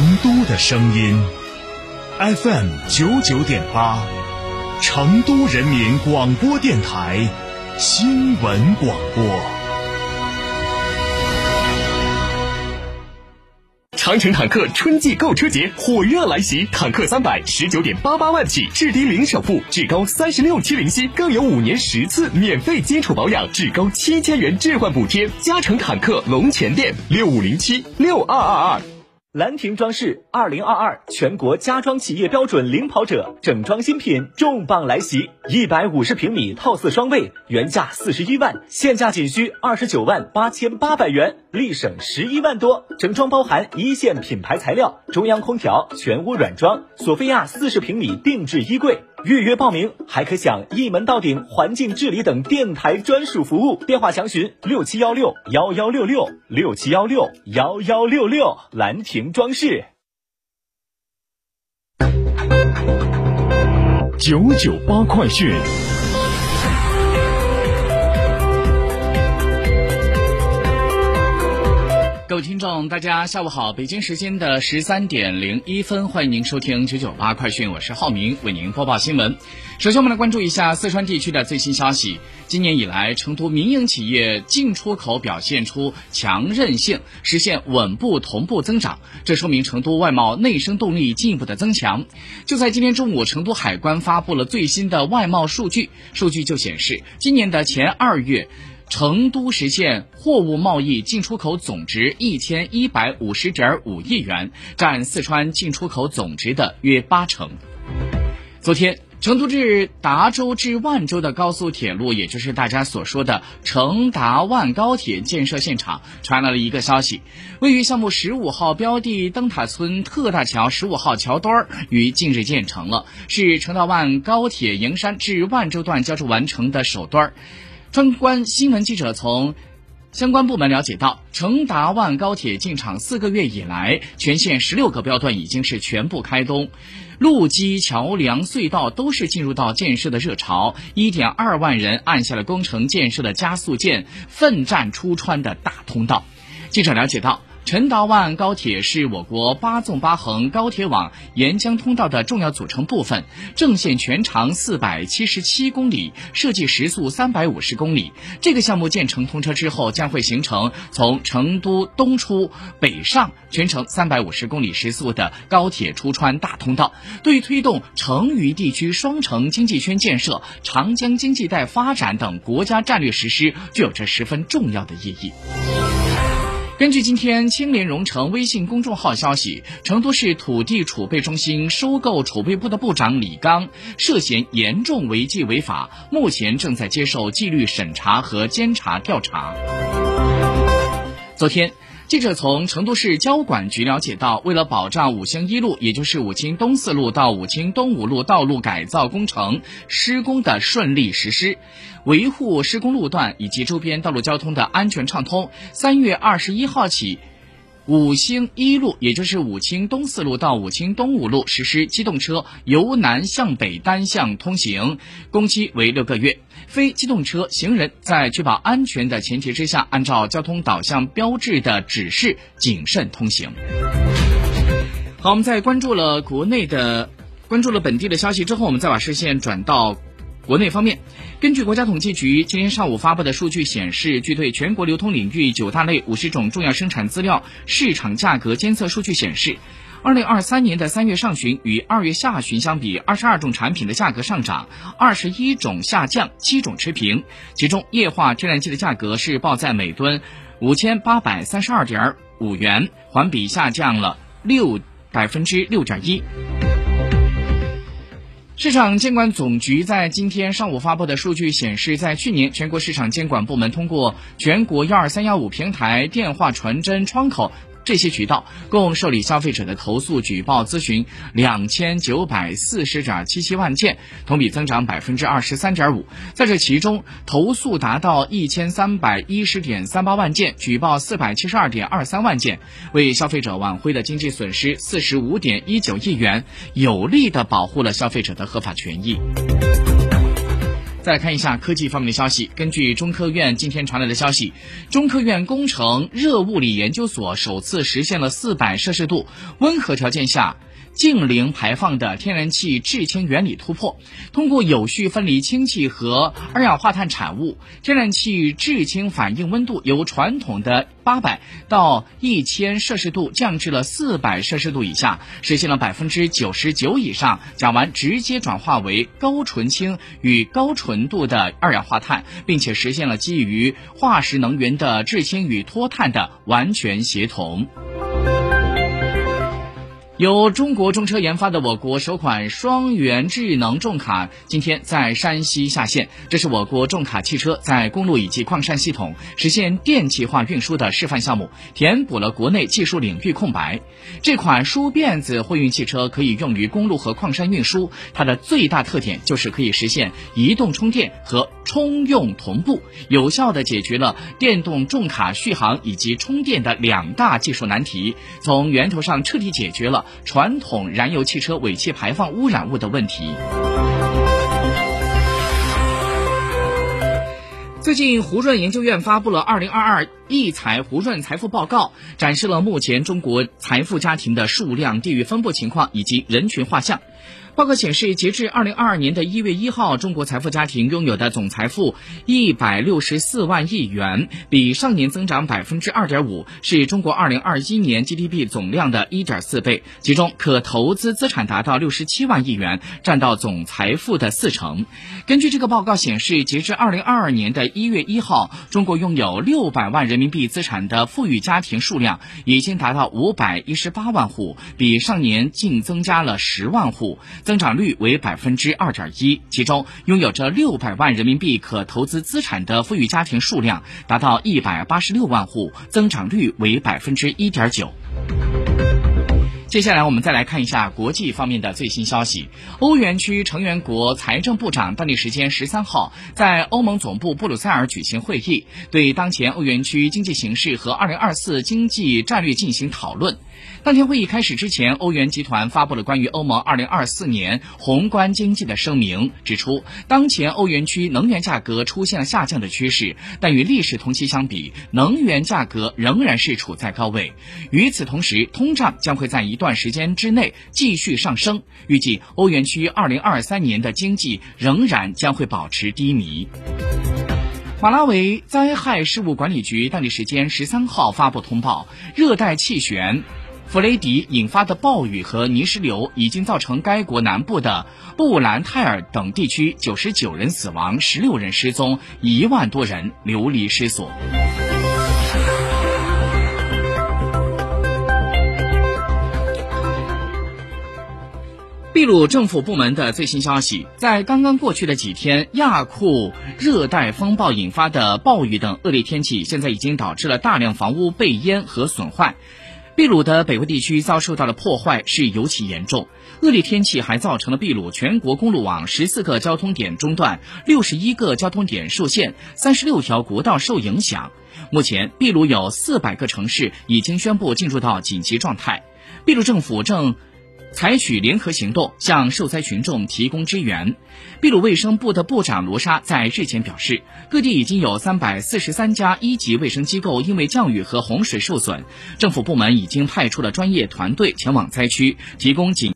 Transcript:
都的声音 FM 99.8，成都人民广播电台新闻广播。 长城坦克春季购车节火热来袭，坦克300 19.88万起，至低零首付，至高36期零息，更有5年10次免费基础保养，至高7000元置换补贴。嘉诚坦克龙泉店6507-6222。 兰亭装饰2022全国家装企业标准领跑者，整装新品重磅来袭！150平米套4双卫，原价41万，现价仅需29万8800元，立省11万多。整装包含一线品牌材料、中央空调、全屋软装、索菲亚40平米定制衣柜。预约报名还可享一门到顶环境治理等电台专属服务。电话详询6716-1166，6716-1166。兰亭装饰。 998快讯。 各位听众大家下午好，北京时间的13点01分，欢迎您收听998快讯，我是浩明，为您播报新闻。首先我们来关注一下四川地区的最新消息。今年以来，成都民营企业进出口表现出强韧性，实现稳步同步增长，这说明成都外贸内生动力进一步的增强。就在今天中午，成都海关发布了最新的外贸数据，数据就显示，今年的前2月成都实现货物贸易进出口总值1150.5亿元，占四川进出口总值的约80%。昨天，成都至达州至万州的高速铁路，也就是大家所说的成达万高铁建设现场传来了一个消息，位于项目15号标的灯塔村特大桥15号桥墩于近日建成了，是成达万高铁营山至万州段交织完成的首墩。川关新闻记者从相关部门了解到，成达万高铁进场4个月以来，全线16个标段已经是全部开通，路基、桥梁、隧道都是进入到建设的热潮， 1.2万人按下了工程建设的加速键，奋战出川的大通道。记者了解到，成达万高铁是我国8纵8横高铁网沿江通道的重要组成部分，正线全长477公里，设计时速350公里。这个项目建成通车之后，将会形成从成都东出北上，全程350公里时速的高铁出川大通道，对推动成渝地区双城经济圈建设、长江经济带发展等国家战略实施具有着十分重要的意义。根据今天青联蓉城微信公众号消息，成都市土地储备中心收购储备部的部长李刚涉嫌严重违纪违法，目前正在接受纪律审查和监察调查。昨天，记者从成都市交管局了解到，为了保障5星1路，也就是武清东4路到武清东5路道路改造工程施工的顺利实施，维护施工路段以及周边道路交通的安全畅通，3月21号起，武星1路，也就是武清东4路到武清东5路实施机动车由南向北单向通行，工期为6个月。非机动车行人在确保安全的前提之下，按照交通导向标志的指示谨慎通行。好，我们在关注了本地的消息之后，我们再把视线转到国内方面。根据国家统计局今天上午发布的数据显示，据对全国流通领域9大类50种重要生产资料市场价格监测数据显示，2023年的3月上旬与2月下旬相比，22种产品的价格上涨，21种下降，7种持平。其中，液化天然气的价格是报在每吨5832.5元，环比下降了6.1%。市场监管总局在今天上午发布的数据显示，在去年，全国市场监管部门通过全国12315平台、电话传真窗口这些渠道，共受理消费者的投诉举报咨询2940.77万件，同比增长23.5%。在这其中，投诉达到1310.38万件，举报472.23万件，为消费者挽回的经济损失45.19亿元，有力地保护了消费者的合法权益。 再来看一下科技方面的消息。根据中科院今天传来的消息，中科院工程热物理研究所首次实现了400摄氏度温和条件下净零排放的天然气制氢原理突破，通过有序分离氢气和二氧化碳产物，天然气制氢反应温度由传统的800到1000摄氏度降至了400摄氏度以下，实现了99%以上甲烷直接转化为高纯氢与高纯度的二氧化碳，并且实现了基于化石能源的制氢与脱碳的完全协同。由中国中车研发的我国首款双元智能重卡今天在山西下线，这是我国重卡汽车在公路以及矿山系统实现电气化运输的示范项目，填补了国内技术领域空白。这款输辫子货运汽车可以用于公路和矿山运输，它的最大特点就是可以实现移动充电和充用同步，有效地解决了电动重卡续航以及充电的2大技术难题，从源头上彻底解决了传统燃油汽车尾气排放污染物的问题。最近胡润研究院发布了2022益财胡润财富报告，展示了目前中国财富家庭的数量、地域分布情况以及人群画像。报告显示，截至2022年的1月1号，中国财富家庭拥有的总财富164万亿元，比上年增长2.5%，是中国2021年 GDP 总量的1.4倍。其中，可投资资产达到67万亿元，占到总财富的40%。根据这个报告显示，截至2022年的1月1号，中国拥有600万人民币资产的富裕家庭数量已经达到518万户，比上年净增加了10万户。增长率为 2.1%， 其中拥有着600万人民币可投资资产的富裕家庭数量达到186万户，增长率为 1.9%。接下来我们再来看一下国际方面的最新消息。欧元区成员国财政部长当地时间13号在欧盟总部布鲁塞尔举行会议，对当前欧元区经济形势和2024经济战略进行讨论。当天会议开始之前，欧元集团发布了关于欧盟2024年宏观经济的声明，指出当前欧元区能源价格出现了下降的趋势，但与历史同期相比，能源价格仍然是处在高位。与此同时，通胀将会在一段时间之内继续上升，预计欧元区2023年的经济仍然将会保持低迷。马拉维灾害事务管理局当地时间13号发布通报，热带气旋弗雷迪引发的暴雨和泥石流已经造成该国南部的布兰泰尔等地区99人死亡，16人失踪，1万多人流离失所。秘鲁政府部门的最新消息，在刚刚过去的几天，亚库热带风暴引发的暴雨等恶劣天气，现在已经导致了大量房屋被淹和损坏。秘鲁的北部地区遭受到的破坏是尤其严重，恶劣天气还造成了秘鲁全国公路网14个交通点中断，61个交通点受限，36条国道受影响。目前，秘鲁有400个城市已经宣布进入到紧急状态。秘鲁政府正采取联合行动，向受灾群众提供支援。秘鲁卫生部的部长罗莎在日前表示，各地已经有343家1级卫生机构因为降雨和洪水受损，政府部门已经派出了专业团队前往灾区，提供紧